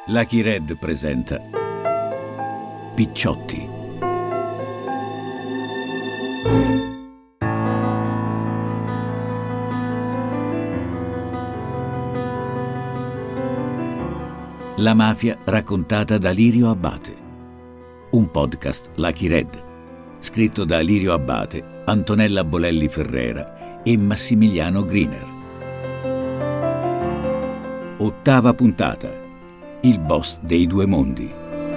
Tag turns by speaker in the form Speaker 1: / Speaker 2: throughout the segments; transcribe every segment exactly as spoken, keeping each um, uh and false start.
Speaker 1: Lucky Red presenta Picciotti. La mafia raccontata da Lirio Abbate. Un podcast Lucky Red, scritto da Lirio Abbate, Antonella Bolelli Ferrera e Massimiliano Griner. Ottava puntata. Il boss dei due mondi.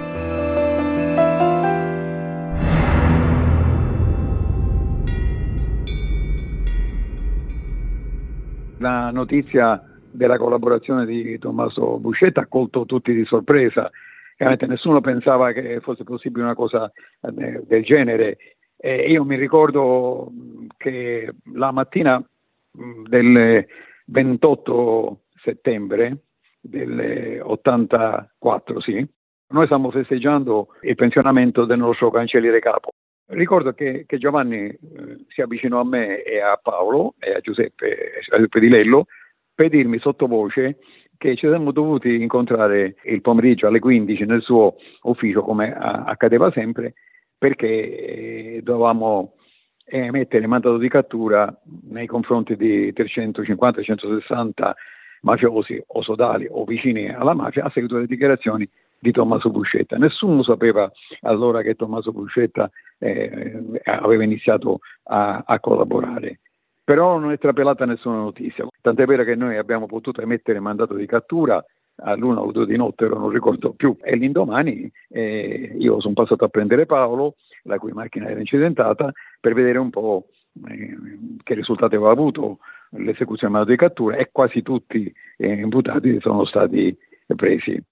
Speaker 2: La notizia della collaborazione di Tommaso Buscetta ha colto tutti di sorpresa. Chiaramente nessuno pensava che fosse possibile una cosa del genere. E io mi ricordo che la mattina del ventotto settembre del ottantaquattro, sì, noi stiamo festeggiando il pensionamento del nostro cancelliere capo. Ricordo che, che Giovanni eh, si avvicinò a me e a Paolo e a Giuseppe, a Giuseppe Di Lello, per dirmi sottovoce che ci saremmo dovuti incontrare il pomeriggio alle quindici nel suo ufficio, come a, accadeva sempre, perché eh, dovevamo emettere mandato di cattura nei confronti di trecentocinquanta centosessanta mafiosi o sodali o vicini alla mafia a seguito delle dichiarazioni di Tommaso Buscetta. Nessuno sapeva allora che Tommaso Buscetta eh, aveva iniziato a, a collaborare. Però non è trapelata nessuna notizia, tant'è vero che noi abbiamo potuto emettere mandato di cattura all'una o due di notte, non ricordo più, e l'indomani eh, io sono passato a prendere Paolo, la cui macchina era incidentata, per vedere un po' eh, che risultati aveva avuto l'esecuzione del mandato di cattura, e quasi tutti eh, imputati sono stati presi.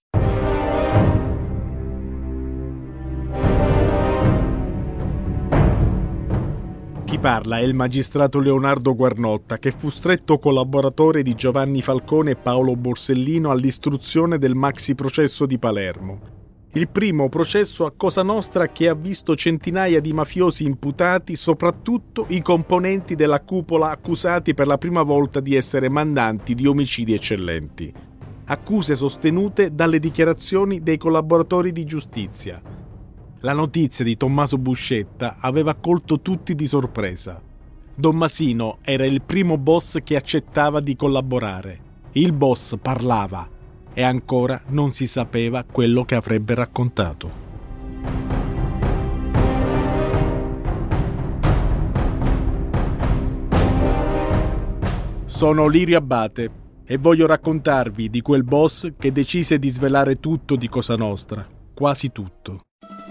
Speaker 3: Chi parla è il magistrato Leonardo Guarnotta, che fu stretto collaboratore di Giovanni Falcone e Paolo Borsellino all'istruzione del maxi processo di Palermo. Il primo processo a Cosa Nostra che ha visto centinaia di mafiosi imputati, soprattutto i componenti della cupola accusati per la prima volta di essere mandanti di omicidi eccellenti. Accuse sostenute dalle dichiarazioni dei collaboratori di giustizia. La notizia di Tommaso Buscetta aveva colto tutti di sorpresa. Don Masino era il primo boss che accettava di collaborare. Il boss parlava e ancora non si sapeva quello che avrebbe raccontato. Sono Lirio Abbate e voglio raccontarvi di quel boss che decise di svelare tutto di Cosa Nostra, quasi tutto.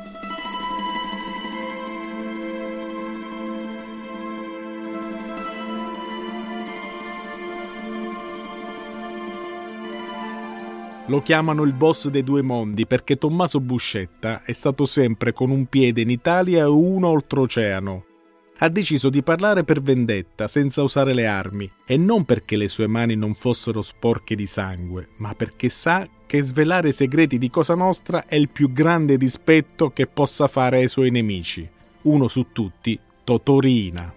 Speaker 3: Lo chiamano il boss dei due mondi perché Tommaso Buscetta è stato sempre con un piede in Italia e uno oltreoceano. Ha deciso di parlare per vendetta, senza usare le armi, e non perché le sue mani non fossero sporche di sangue, ma perché sa che svelare i segreti di Cosa Nostra è il più grande dispetto che possa fare ai suoi nemici. Uno su tutti, Totò Riina.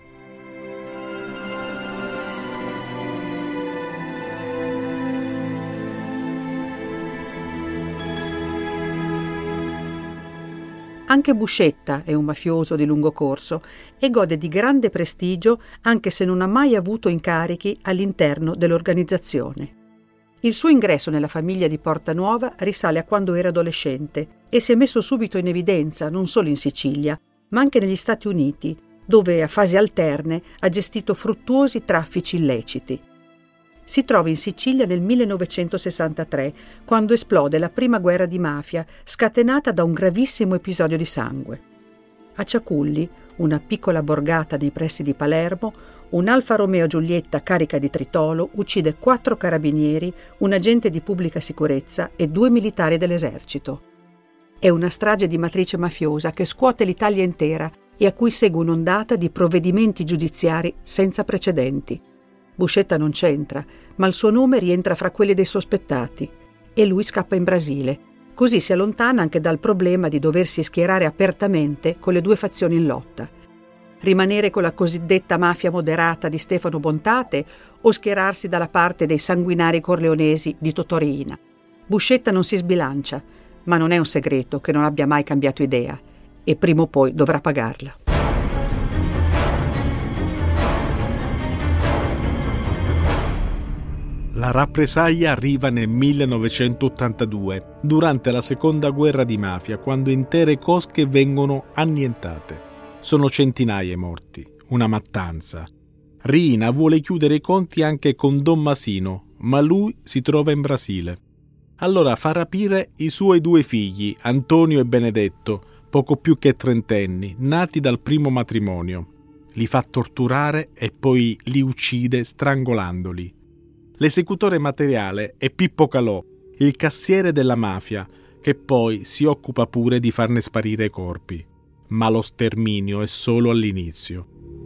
Speaker 4: Anche Buscetta è un mafioso di lungo corso e gode di grande prestigio anche se non ha mai avuto incarichi all'interno dell'organizzazione. Il suo ingresso nella famiglia di Porta Nuova risale a quando era adolescente e si è messo subito in evidenza non solo in Sicilia, ma anche negli Stati Uniti, dove a fasi alterne ha gestito fruttuosi traffici illeciti. Si trova in Sicilia nel millenovecentosessantatré, quando esplode la prima guerra di mafia, scatenata da un gravissimo episodio di sangue. A Ciaculli, una piccola borgata nei pressi di Palermo, un Alfa Romeo Giulietta carica di tritolo uccide quattro carabinieri, un agente di pubblica sicurezza e due militari dell'esercito. È una strage di matrice mafiosa che scuote l'Italia intera e a cui segue un'ondata di provvedimenti giudiziari senza precedenti. Buscetta non c'entra, ma il suo nome rientra fra quelli dei sospettati e lui scappa in Brasile. Così si allontana anche dal problema di doversi schierare apertamente con le due fazioni in lotta. Rimanere con la cosiddetta mafia moderata di Stefano Bontate o schierarsi dalla parte dei sanguinari corleonesi di Totò Riina. Buscetta non si sbilancia, ma non è un segreto che non abbia mai cambiato idea e prima o poi dovrà pagarla.
Speaker 3: La rappresaglia arriva nel millenovecentottantadue, durante la seconda guerra di mafia, quando intere cosche vengono annientate. Sono centinaia i morti, una mattanza. Riina vuole chiudere i conti anche con Don Masino, ma lui si trova in Brasile. Allora fa rapire i suoi due figli, Antonio e Benedetto, poco più che trentenni, nati dal primo matrimonio. Li fa torturare e poi li uccide strangolandoli. L'esecutore materiale è Pippo Calò, il cassiere della mafia, che poi si occupa pure di farne sparire i corpi. Ma lo sterminio è solo all'inizio.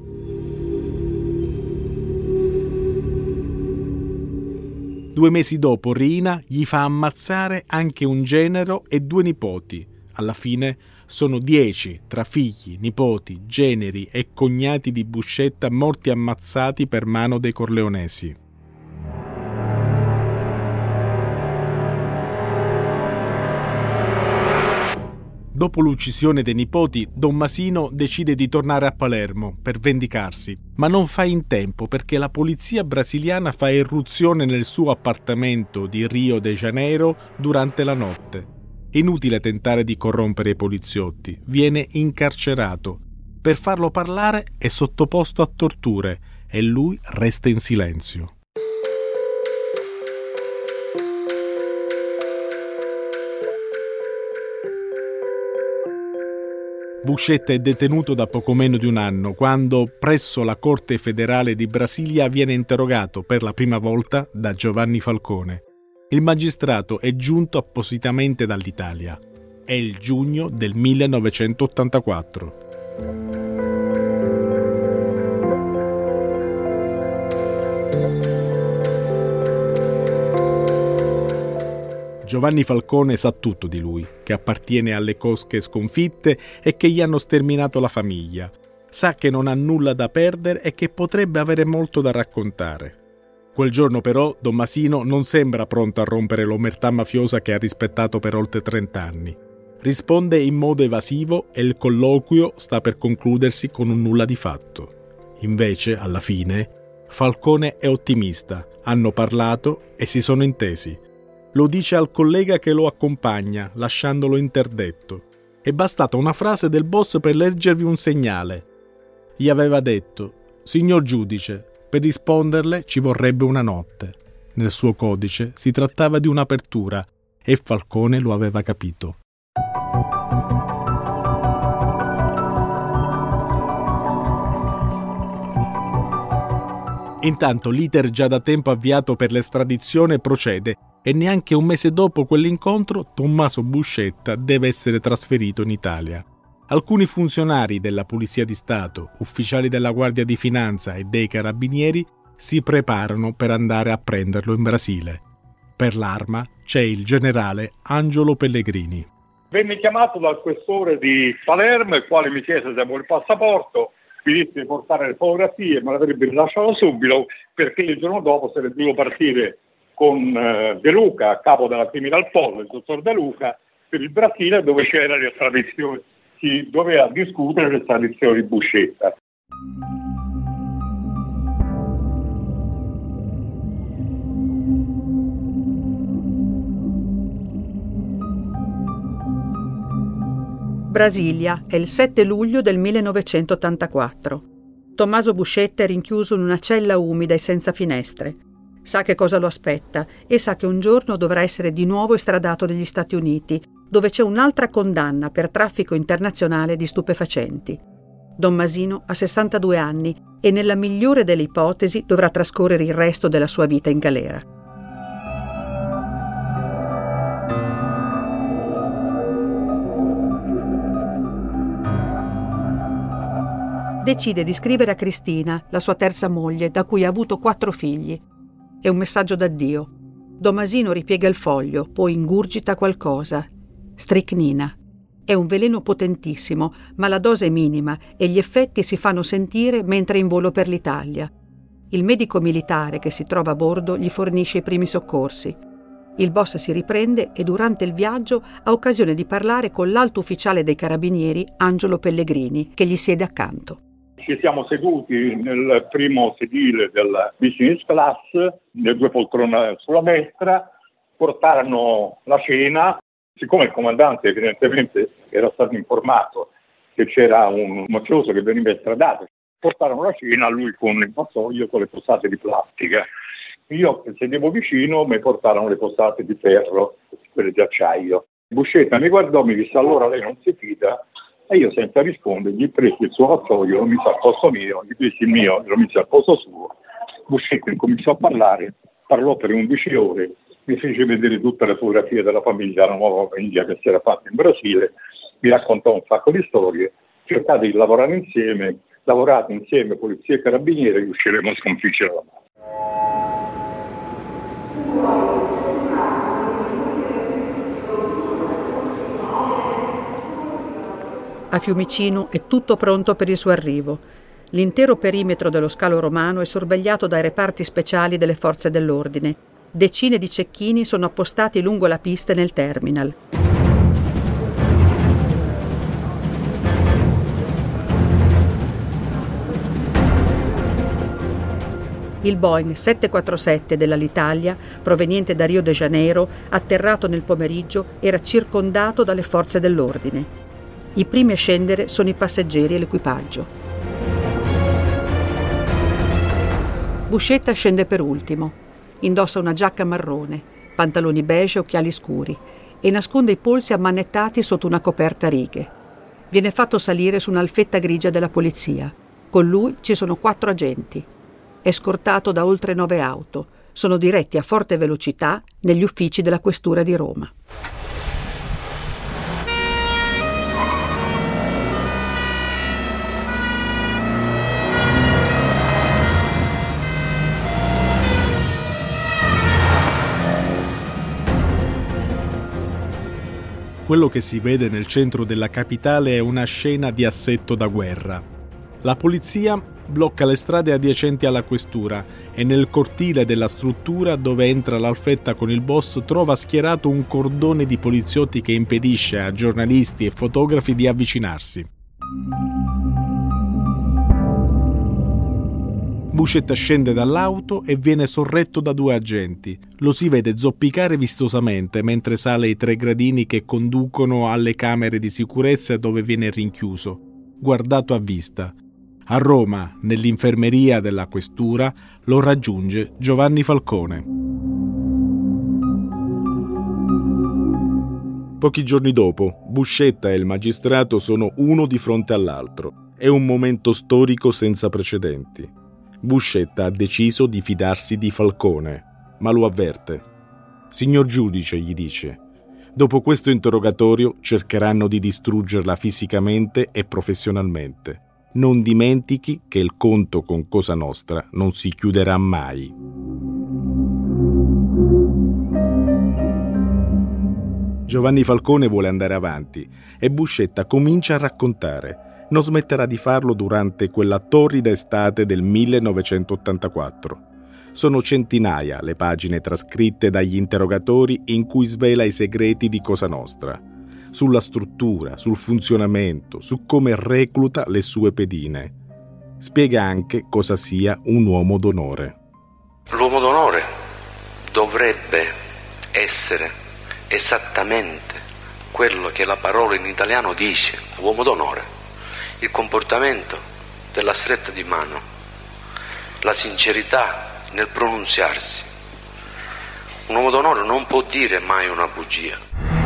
Speaker 3: Due mesi dopo Riina gli fa ammazzare anche un genero e due nipoti. Alla fine sono dieci tra figli, nipoti, generi e cognati di Buscetta morti ammazzati per mano dei corleonesi. Dopo l'uccisione dei nipoti, Don Masino decide di tornare a Palermo per vendicarsi, ma non fa in tempo perché la polizia brasiliana fa irruzione nel suo appartamento di Rio de Janeiro durante la notte. Inutile tentare di corrompere i poliziotti, viene incarcerato. Per farlo parlare è sottoposto a torture e lui resta in silenzio. Buscetta è detenuto da poco meno di un anno, quando presso la Corte federale di Brasilia viene interrogato per la prima volta da Giovanni Falcone. Il magistrato è giunto appositamente dall'Italia. È il giugno del millenovecentottantaquattro. Giovanni Falcone sa tutto di lui, che appartiene alle cosche sconfitte e che gli hanno sterminato la famiglia. Sa che non ha nulla da perdere e che potrebbe avere molto da raccontare. Quel giorno però Don Masino non sembra pronto a rompere l'omertà mafiosa che ha rispettato per oltre trent'anni. Risponde in modo evasivo e il colloquio sta per concludersi con un nulla di fatto. Invece, alla fine, Falcone è ottimista, hanno parlato e si sono intesi. Lo dice al collega che lo accompagna, lasciandolo interdetto. È bastata una frase del boss per leggervi un segnale. Gli aveva detto: «Signor giudice, per risponderle ci vorrebbe una notte». Nel suo codice si trattava di un'apertura e Falcone lo aveva capito. Intanto l'iter già da tempo avviato per l'estradizione procede e neanche un mese dopo quell'incontro Tommaso Buscetta deve essere trasferito in Italia. Alcuni funzionari della Polizia di Stato, ufficiali della Guardia di Finanza e dei Carabinieri si preparano per andare a prenderlo in Brasile. Per l'Arma c'è il generale Angelo Pellegrini.
Speaker 5: Venne chiamato dal questore di Palermo, il quale mi chiese se avevo il passaporto, mi disse di portare le fotografie, me l'avrebbe rilasciato subito perché il giorno dopo sarebbe dovuto partire con eh, De Luca, a capo della Criminal Pol, il dottor De Luca, per il Brasile, dove c'era l'estradizione, si doveva discutere l'estradizione di Buscetta.
Speaker 4: Brasilia, è il sette luglio del millenovecentottantaquattro. Tommaso Buscetta è rinchiuso in una cella umida e senza finestre. Sa che cosa lo aspetta e sa che un giorno dovrà essere di nuovo estradato negli Stati Uniti, dove c'è un'altra condanna per traffico internazionale di stupefacenti. Don Masino ha sessantadue anni e nella migliore delle ipotesi dovrà trascorrere il resto della sua vita in galera. Decide di scrivere a Cristina, la sua terza moglie, da cui ha avuto quattro figli. È un messaggio d'addio. Don Masino ripiega il foglio, poi ingurgita qualcosa. Stricnina. È un veleno potentissimo, ma la dose è minima e gli effetti si fanno sentire mentre è in volo per l'Italia. Il medico militare che si trova a bordo gli fornisce i primi soccorsi. Il boss si riprende e durante il viaggio ha occasione di parlare con l'alto ufficiale dei carabinieri, Angelo Pellegrini, che gli siede accanto.
Speaker 5: Ci siamo seduti nel primo sedile del business class, le due poltrone sulla destra, portarono la cena. Siccome il comandante evidentemente era stato informato che c'era un mafioso che veniva estradato, portarono la cena, lui con il vassoio con le posate di plastica. Io che sedevo vicino mi portarono le posate di ferro, quelle di acciaio. Buscetta mi guardò, mi disse: allora lei non si fida? E io senza rispondere gli presi il suo vassoio, lo mise al posto mio, gli presi il mio e lo mise al posto suo. Buscetta incominciò a parlare, parlò per undici ore, mi fece vedere tutte le fotografie della famiglia, la nuova famiglia che si era fatta in Brasile, mi raccontò un sacco di storie, cercate di lavorare insieme, lavorate insieme polizia e carabinieri e riusciremo a sconfiggere la mafia.
Speaker 4: A Fiumicino è tutto pronto per il suo arrivo. L'intero perimetro dello scalo romano è sorvegliato dai reparti speciali delle forze dell'ordine. Decine di cecchini sono appostati lungo la pista e nel terminal. Il Boeing sette quattro sette dell'Alitalia, proveniente da Rio de Janeiro, atterrato nel pomeriggio, era circondato dalle forze dell'ordine. I primi a scendere sono i passeggeri e l'equipaggio. Buscetta scende per ultimo. Indossa una giacca marrone, pantaloni beige e occhiali scuri e nasconde i polsi ammanettati sotto una coperta a righe. Viene fatto salire su un'alfetta grigia della polizia. Con lui ci sono quattro agenti. È scortato da oltre nove auto. Sono diretti a forte velocità negli uffici della Questura di Roma.
Speaker 3: Quello che si vede nel centro della capitale è una scena di assetto da guerra. La polizia blocca le strade adiacenti alla questura e nel cortile della struttura dove entra l'alfetta con il boss trova schierato un cordone di poliziotti che impedisce a giornalisti e fotografi di avvicinarsi. Buscetta scende dall'auto e viene sorretto da due agenti. Lo si vede zoppicare vistosamente mentre sale i tre gradini che conducono alle camere di sicurezza dove viene rinchiuso, guardato a vista. A Roma, nell'infermeria della questura, lo raggiunge Giovanni Falcone. Pochi giorni dopo, Buscetta e il magistrato sono uno di fronte all'altro. È un momento storico senza precedenti. Buscetta ha deciso di fidarsi di Falcone, ma lo avverte. «Signor giudice», gli dice, «dopo questo interrogatorio cercheranno di distruggerla fisicamente e professionalmente. Non dimentichi che il conto con Cosa Nostra non si chiuderà mai». Giovanni Falcone vuole andare avanti e Buscetta comincia a raccontare. Non smetterà di farlo durante quella torrida estate del millenovecentottantaquattro. Sono centinaia le pagine trascritte dagli interrogatori in cui svela i segreti di Cosa Nostra, sulla struttura, sul funzionamento, su come recluta le sue pedine. Spiega anche cosa sia un uomo d'onore.
Speaker 6: L'uomo d'onore dovrebbe essere esattamente quello che la parola in italiano dice, uomo d'onore. Il comportamento della stretta di mano, la sincerità nel pronunziarsi. Un uomo d'onore non può dire mai una bugia.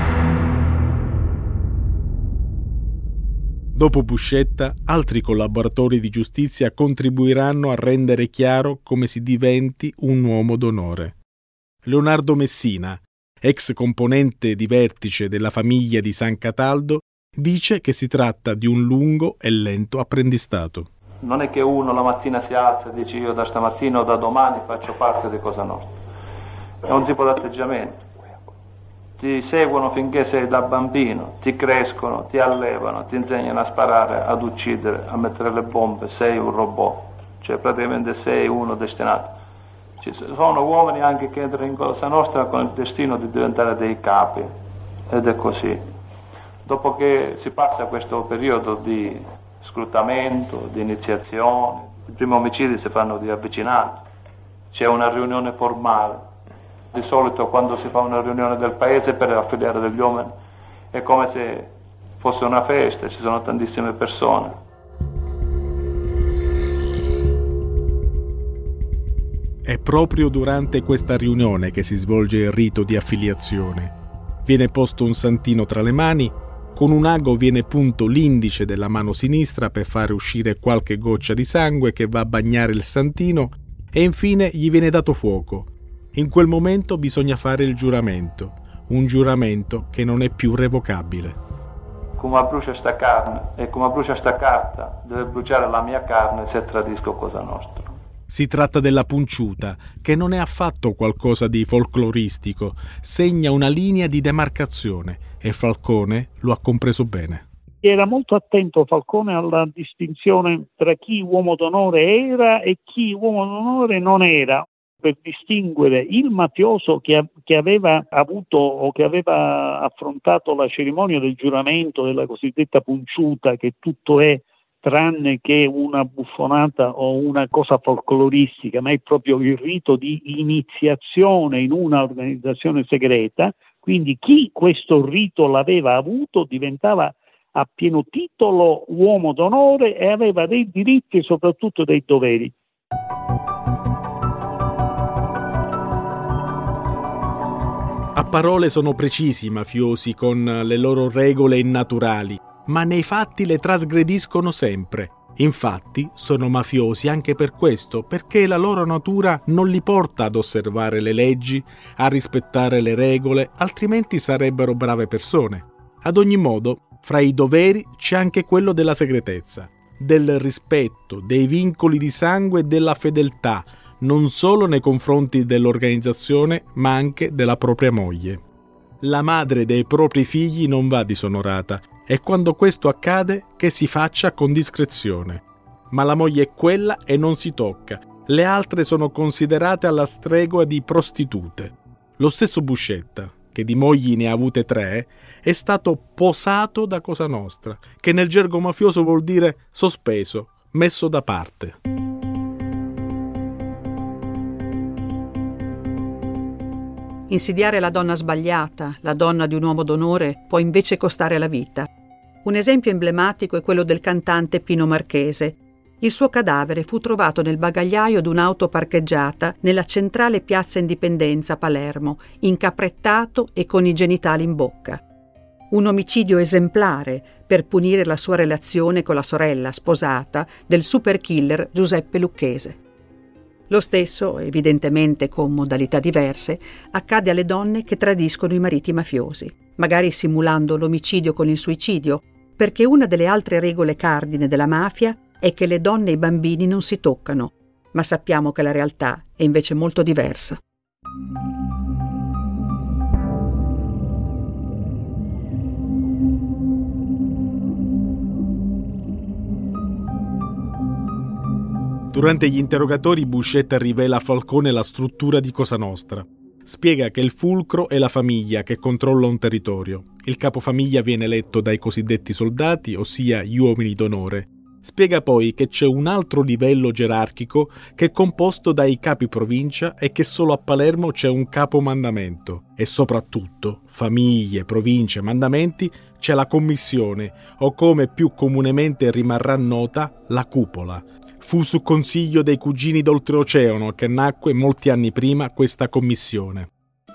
Speaker 3: Dopo Buscetta, altri collaboratori di giustizia contribuiranno a rendere chiaro come si diventi un uomo d'onore. Leonardo Messina, ex componente di vertice della famiglia di San Cataldo, dice che si tratta di un lungo e lento apprendistato.
Speaker 7: Non è che uno la mattina si alza e dice io da stamattina o da domani faccio parte di Cosa Nostra. È un tipo di atteggiamento. Ti seguono finché sei da bambino, ti crescono, ti allevano, ti insegnano a sparare, ad uccidere, a mettere le bombe, sei un robot. Cioè praticamente sei uno destinato. Ci sono uomini anche che entrano in Cosa Nostra con il destino di diventare dei capi, ed è così. Dopo che si passa questo periodo di scrutamento, di iniziazione, i primi omicidi si fanno di avvicinati, c'è una riunione formale. Di solito quando si fa una riunione del paese per affiliare degli uomini è come se fosse una festa, ci sono tantissime persone.
Speaker 3: È proprio durante questa riunione che si svolge il rito di affiliazione. Viene posto un santino tra le mani, con un ago viene punto l'indice della mano sinistra per fare uscire qualche goccia di sangue che va a bagnare il santino e infine gli viene dato fuoco. In quel momento bisogna fare il giuramento, un giuramento che non è più revocabile.
Speaker 7: Come brucia sta carne e come brucia sta carta, deve bruciare la mia carne se tradisco Cosa Nostra.
Speaker 3: Si tratta della punciuta, che non è affatto qualcosa di folcloristico, segna una linea di demarcazione e Falcone lo ha compreso bene.
Speaker 8: Era molto attento Falcone alla distinzione tra chi uomo d'onore era e chi uomo d'onore non era, per distinguere il mafioso che, che aveva avuto o che aveva affrontato la cerimonia del giuramento della cosiddetta punciuta, che tutto è tranne che una buffonata o una cosa folcloristica, ma è proprio il rito di iniziazione in una organizzazione segreta. Quindi chi questo rito l'aveva avuto diventava a pieno titolo uomo d'onore e aveva dei diritti e soprattutto dei doveri.
Speaker 3: A parole sono precisi i mafiosi con le loro regole innaturali, ma nei fatti le trasgrediscono sempre. Infatti sono mafiosi anche per questo, perché la loro natura non li porta ad osservare le leggi, a rispettare le regole, altrimenti sarebbero brave persone. Ad ogni modo, fra i doveri c'è anche quello della segretezza, del rispetto, dei vincoli di sangue e della fedeltà, non solo nei confronti dell'organizzazione, ma anche della propria moglie. La madre dei propri figli non va disonorata, e quando questo accade che si faccia con discrezione. Ma la moglie è quella e non si tocca. Le altre sono considerate alla stregua di prostitute. Lo stesso Buscetta, che di mogli ne ha avute tre, è stato posato da Cosa Nostra, che nel gergo mafioso vuol dire sospeso, messo da parte.
Speaker 4: Insidiare la donna sbagliata, la donna di un uomo d'onore, può invece costare la vita. Un esempio emblematico è quello del cantante Pino Marchese. Il suo cadavere fu trovato nel bagagliaio di un'auto parcheggiata nella centrale piazza Indipendenza a Palermo, incaprettato e con i genitali in bocca. Un omicidio esemplare per punire la sua relazione con la sorella sposata del super killer Giuseppe Lucchese. Lo stesso, evidentemente con modalità diverse, accade alle donne che tradiscono i mariti mafiosi, magari simulando l'omicidio con il suicidio, perché una delle altre regole cardine della mafia è che le donne e i bambini non si toccano, ma sappiamo che la realtà è invece molto diversa.
Speaker 3: Durante gli interrogatori Buscetta rivela a Falcone la struttura di Cosa Nostra. Spiega che il fulcro è la famiglia che controlla un territorio. Il capofamiglia viene eletto dai cosiddetti soldati, ossia gli uomini d'onore. Spiega poi che c'è un altro livello gerarchico che è composto dai capi provincia e che solo a Palermo c'è un capomandamento. E soprattutto, famiglie, province, mandamenti, c'è la commissione, o come più comunemente rimarrà nota, la cupola. Fu su consiglio dei cugini d'oltreoceano che nacque molti anni prima questa commissione.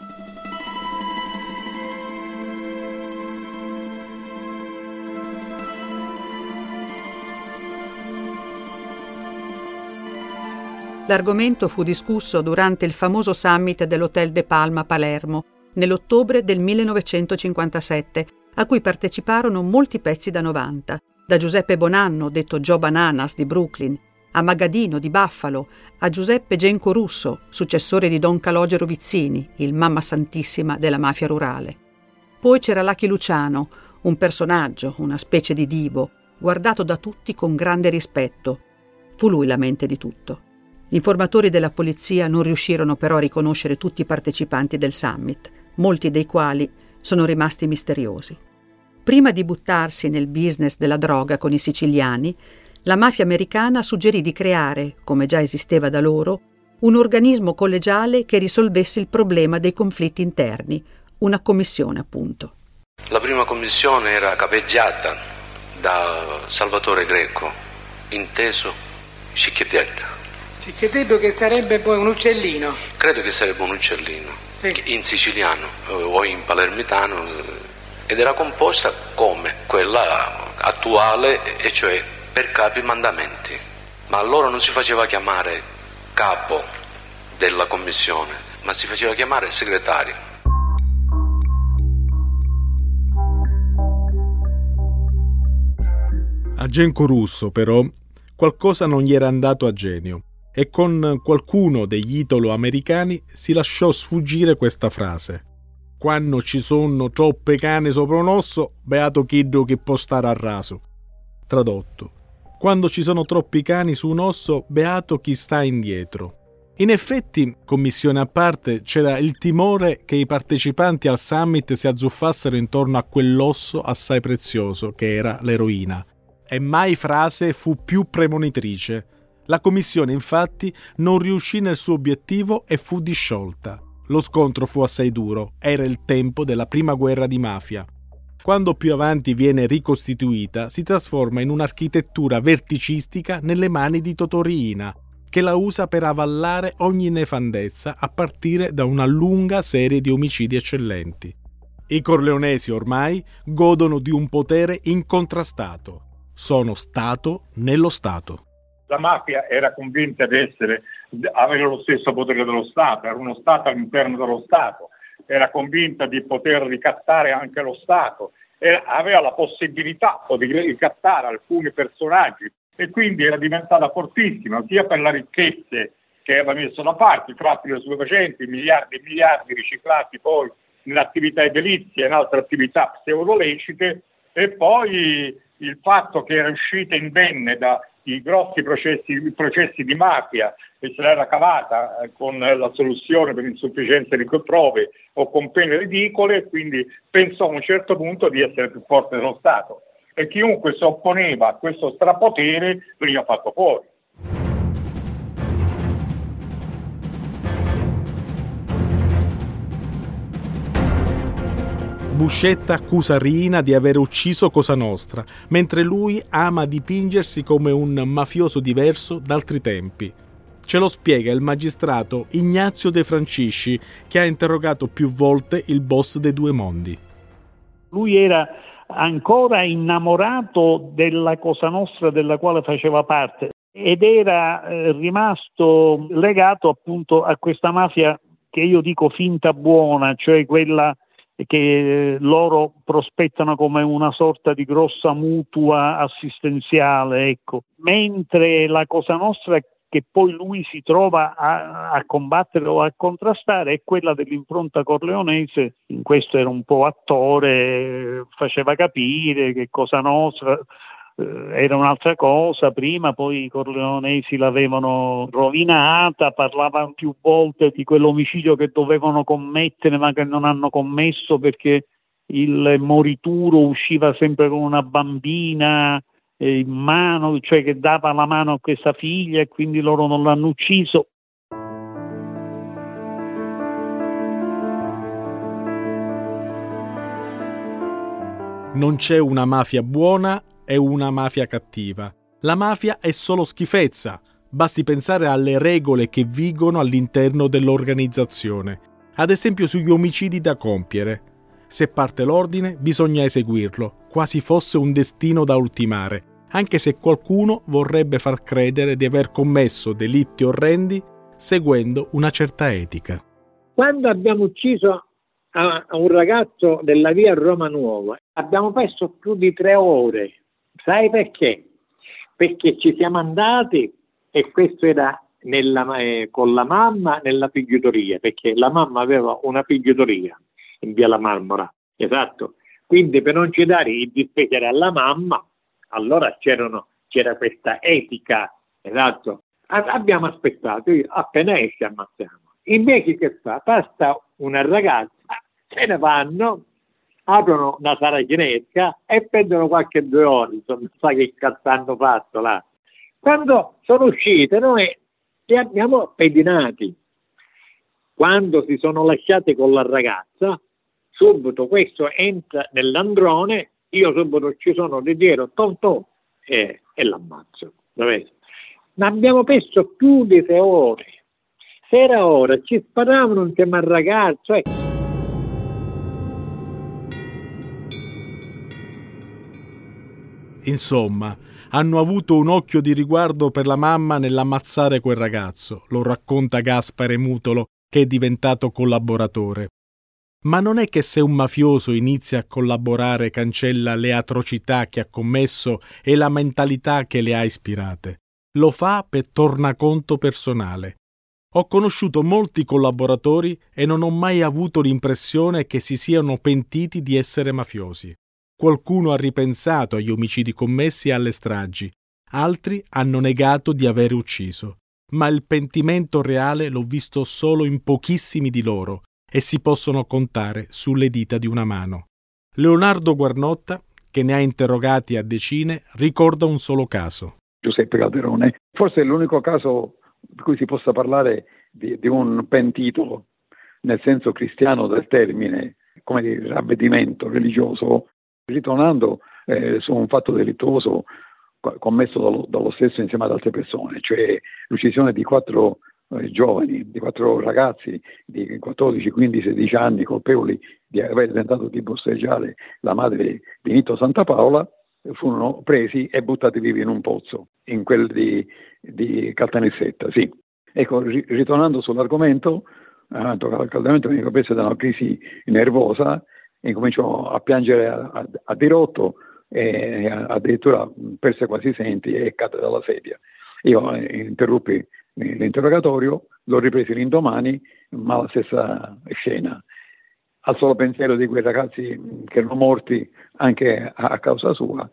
Speaker 4: L'argomento fu discusso durante il famoso summit dell'Hotel de Palma a Palermo nell'ottobre del millenovecentocinquantasette, a cui parteciparono molti pezzi da novanta, da Giuseppe Bonanno, detto Joe Bananas di Brooklyn, a Magadino di Buffalo, a Giuseppe Genco Russo, successore di Don Calogero Vizzini, il mamma santissima della mafia rurale. Poi c'era Lucky Luciano, un personaggio, una specie di divo, guardato da tutti con grande rispetto. Fu lui la mente di tutto. Gli informatori della polizia non riuscirono però a riconoscere tutti i partecipanti del summit, molti dei quali sono rimasti misteriosi. Prima di buttarsi nel business della droga con i siciliani, la mafia americana suggerì di creare, come già esisteva da loro, un organismo collegiale che risolvesse il problema dei conflitti interni, una commissione appunto.
Speaker 6: La prima commissione era capeggiata da Salvatore Greco, inteso Cicchetello.
Speaker 9: Cicchetello che sarebbe poi un uccellino?
Speaker 6: Credo che sarebbe un uccellino, sì. In siciliano o in palermitano, ed era composta come quella attuale, e cioè per capi mandamenti. Ma allora non si faceva chiamare capo della commissione, ma si faceva chiamare segretario.
Speaker 3: A Genco Russo, però, qualcosa non gli era andato a genio e con qualcuno degli italo-americani si lasciò sfuggire questa frase. Quando ci sono troppe cane sopra un osso, beato chiddo che può stare a raso. Tradotto: quando ci sono troppi cani su un osso, beato chi sta indietro. In effetti, commissione a parte, c'era il timore che i partecipanti al summit si azzuffassero intorno a quell'osso assai prezioso che era l'eroina. E mai frase fu più premonitrice. La commissione infatti non riuscì nel suo obiettivo e fu disciolta. Lo scontro fu assai duro, era il tempo della prima guerra di mafia. Quando più avanti viene ricostituita, si trasforma in un'architettura verticistica nelle mani di Totò Riina, che la usa per avallare ogni nefandezza a partire da una lunga serie di omicidi eccellenti. I corleonesi ormai godono di un potere incontrastato. Sono Stato nello Stato.
Speaker 5: La mafia era convinta di essere, avere lo stesso potere dello Stato, era uno Stato all'interno dello Stato, era convinta di poter ricattare anche lo Stato, era, aveva la possibilità di ricattare alcuni personaggi e quindi era diventata fortissima sia per le ricchezze che aveva messo da parte, il traffico di stupefacenti, miliardi e miliardi riciclati poi nell'attività edilizia e in altre attività pseudolecite, e poi il fatto che era uscita indenne da i grossi processi, processi di mafia e se l'era cavata eh, con la soluzione per insufficienza di prove o con pene ridicole, quindi pensò a un certo punto di essere più forte dello Stato e chiunque si opponeva a questo strapotere veniva fatto fuori.
Speaker 3: Buscetta accusa Riina di aver ucciso Cosa Nostra, mentre lui ama dipingersi come un mafioso diverso d'altri tempi. Ce lo spiega il magistrato Ignazio De Francisci, che ha interrogato più volte il boss dei Due Mondi.
Speaker 8: Lui era ancora innamorato della Cosa Nostra della quale faceva parte ed era eh, rimasto legato appunto a questa mafia che io dico finta buona, cioè quella che loro prospettano come una sorta di grossa mutua assistenziale, ecco. Mentre la Cosa Nostra che poi lui si trova a, a combattere o a contrastare è quella dell'impronta corleonese. In questo era un po' attore, faceva capire che Cosa Nostra era un'altra cosa prima, poi i corleonesi l'avevano rovinata, parlavano più volte di quell'omicidio che dovevano commettere ma che non hanno commesso perché il morituro usciva sempre con una bambina in mano, cioè che dava la mano a questa figlia e quindi loro non l'hanno ucciso.
Speaker 3: Non c'è una mafia buona e una mafia cattiva. La mafia è solo schifezza. Basti pensare alle regole che vigono all'interno dell'organizzazione. Ad esempio sugli omicidi da compiere. Se parte l'ordine, bisogna eseguirlo, quasi fosse un destino da ultimare, anche se qualcuno vorrebbe far credere di aver commesso delitti orrendi seguendo una certa etica.
Speaker 10: Quando abbiamo ucciso a un ragazzo della via Roma Nuova, abbiamo perso più di tre ore. Sai perché? Perché ci siamo andati e questo era nella, eh, con la mamma nella pigliutoria, perché la mamma aveva una pigliutoria in via La Marmora, esatto. Quindi per non ci dare il dispiacere alla mamma, allora c'erano, c'era questa etica, esatto. Abbiamo aspettato, io, appena esce ammazziamo. Invece che fa? Basta una ragazza, se ne vanno, aprono una saracinesca e perdono qualche due ore, insomma, sa che cazzo hanno fatto là. Quando sono uscite noi li abbiamo pedinati. Quando si sono lasciati con la ragazza, subito questo entra nell'androne, io subito ci sono di dietro, tom tom, e, e l'ammazzo. Ma abbiamo perso più di sei ore. Se era ora, ci sparavano insieme al ragazzo. Eh.
Speaker 3: Insomma, hanno avuto un occhio di riguardo per la mamma nell'ammazzare quel ragazzo, lo racconta Gaspare Mutolo, che è diventato collaboratore. Ma non è che se un mafioso inizia a collaborare cancella le atrocità che ha commesso e la mentalità che le ha ispirate. Lo fa per tornaconto personale. Ho conosciuto molti collaboratori e non ho mai avuto l'impressione che si siano pentiti di essere mafiosi. Qualcuno ha ripensato agli omicidi commessi e alle stragi, altri hanno negato di aver ucciso, ma il pentimento reale l'ho visto solo in pochissimi di loro e si possono contare sulle dita di una mano. Leonardo Guarnotta, che ne ha interrogati a decine, ricorda un solo caso.
Speaker 2: Giuseppe Calderone, forse è l'unico caso di cui si possa parlare di, di un pentito nel senso cristiano del termine, come di ravvedimento religioso, ritornando eh, su un fatto delittuoso commesso dallo, dallo stesso insieme ad altre persone, cioè l'uccisione di quattro eh, giovani, di quattro ragazzi di quattordici, quindici, sedici anni colpevoli di aver tentato di bosseggiare la madre di Nitto Santapaola, furono presi e buttati vivi in un pozzo, in quel di, di Caltanissetta, sì. Ecco, ri, ritornando sull'argomento, eh, caldamente mi prese da una crisi nervosa e cominciò a piangere a, a, a dirotto e addirittura perse quasi i sensi e cadde dalla sedia. Io eh, interruppi l'interrogatorio, l'ho ripreso l'indomani, ma la stessa scena. Al solo pensiero di quei ragazzi che erano morti anche a, a causa sua.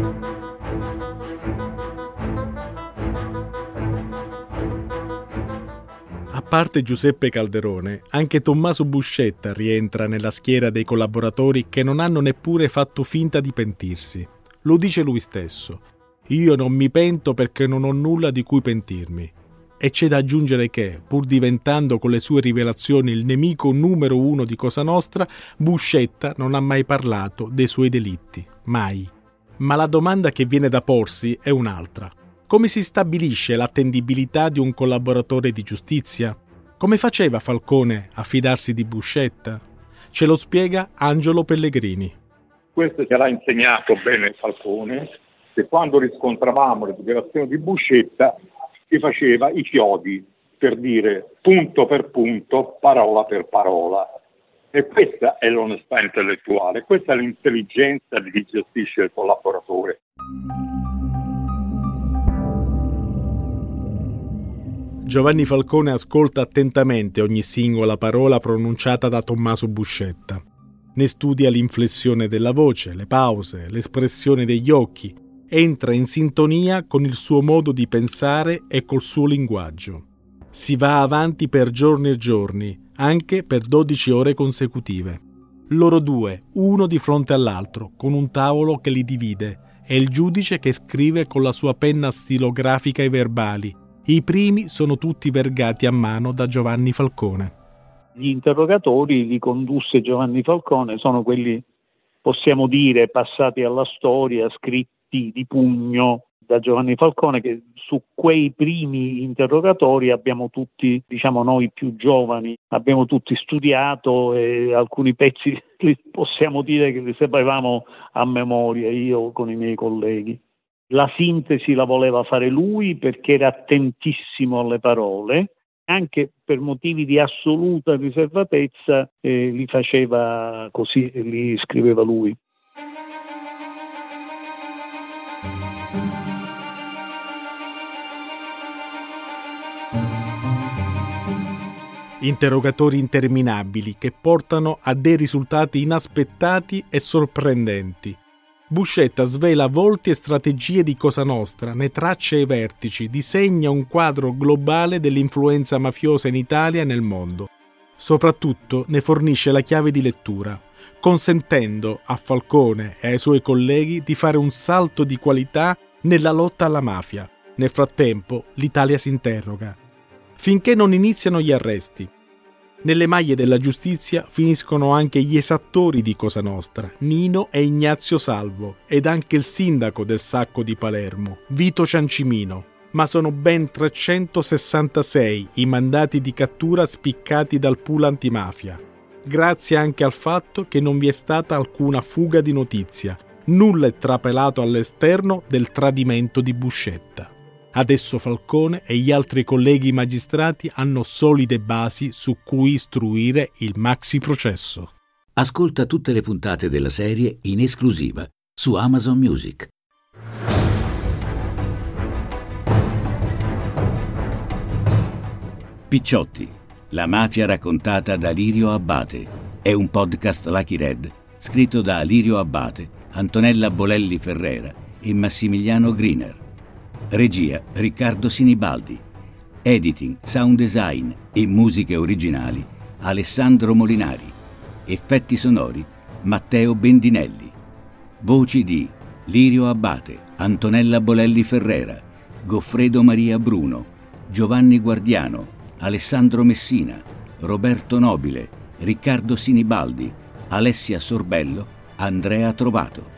Speaker 3: A parte Giuseppe Calderone, anche Tommaso Buscetta rientra nella schiera dei collaboratori che non hanno neppure fatto finta di pentirsi. Lo dice lui stesso. Io non mi pento perché non ho nulla di cui pentirmi. E c'è da aggiungere che, pur diventando con le sue rivelazioni il nemico numero uno di Cosa Nostra, Buscetta non ha mai parlato dei suoi delitti. Mai. Ma la domanda che viene da porsi è un'altra. Come si stabilisce l'attendibilità di un collaboratore di giustizia? Come faceva Falcone a fidarsi di Buscetta? Ce lo spiega Angelo Pellegrini.
Speaker 5: Questo ce l'ha insegnato bene Falcone, che quando riscontravamo le dichiarazioni di Buscetta si faceva i chiodi per dire punto per punto, parola per parola. E questa è l'onestà intellettuale, questa è l'intelligenza di chi gestisce il collaboratore.
Speaker 3: Giovanni Falcone ascolta attentamente ogni singola parola pronunciata da Tommaso Buscetta. Ne studia l'inflessione della voce, le pause, l'espressione degli occhi. Entra in sintonia con il suo modo di pensare e col suo linguaggio. Si va avanti per giorni e giorni, anche per dodici ore consecutive. Loro due, uno di fronte all'altro, con un tavolo che li divide, e il giudice che scrive con la sua penna stilografica i verbali. I primi sono tutti vergati a mano da Giovanni Falcone.
Speaker 8: Gli interrogatori li condusse Giovanni Falcone, sono quelli, possiamo dire, passati alla storia, scritti di pugno da Giovanni Falcone, che su quei primi interrogatori abbiamo tutti, diciamo noi più giovani, abbiamo tutti studiato e alcuni pezzi li possiamo dire che li sapevamo a memoria, io con i miei colleghi. La sintesi la voleva fare lui perché era attentissimo alle parole, anche per motivi di assoluta riservatezza eh, li faceva così, li scriveva lui.
Speaker 3: Interrogatori interminabili che portano a dei risultati inaspettati e sorprendenti. Buscetta svela volti e strategie di Cosa Nostra, ne traccia i vertici, disegna un quadro globale dell'influenza mafiosa in Italia e nel mondo. Soprattutto ne fornisce la chiave di lettura, consentendo a Falcone e ai suoi colleghi di fare un salto di qualità nella lotta alla mafia. Nel frattempo l'Italia si interroga, finché non iniziano gli arresti. Nelle maglie della giustizia finiscono anche gli esattori di Cosa Nostra, Nino e Ignazio Salvo, ed anche il sindaco del Sacco di Palermo, Vito Ciancimino, ma sono ben trecentosessantasei i mandati di cattura spiccati dal pool antimafia, grazie anche al fatto che non vi è stata alcuna fuga di notizia, nulla è trapelato all'esterno del tradimento di Buscetta. Adesso Falcone e gli altri colleghi magistrati hanno solide basi su cui istruire il maxi processo.
Speaker 1: Ascolta tutte le puntate della serie in esclusiva su Amazon Music. Picciotti, la mafia raccontata da Lirio Abbate, è un podcast Lucky Red scritto da Lirio Abbate, Antonella Bolelli Ferrera e Massimiliano Griner. Regia Riccardo Sinibaldi. Editing, sound design e musiche originali Alessandro Molinari. Effetti sonori Matteo Bendinelli. Voci di Lirio Abbate, Antonella Bolelli Ferrera, Goffredo Maria Bruno, Giovanni Guardiano, Alessandro Messina, Roberto Nobile, Riccardo Sinibaldi, Alessia Sorbello, Andrea Trovato.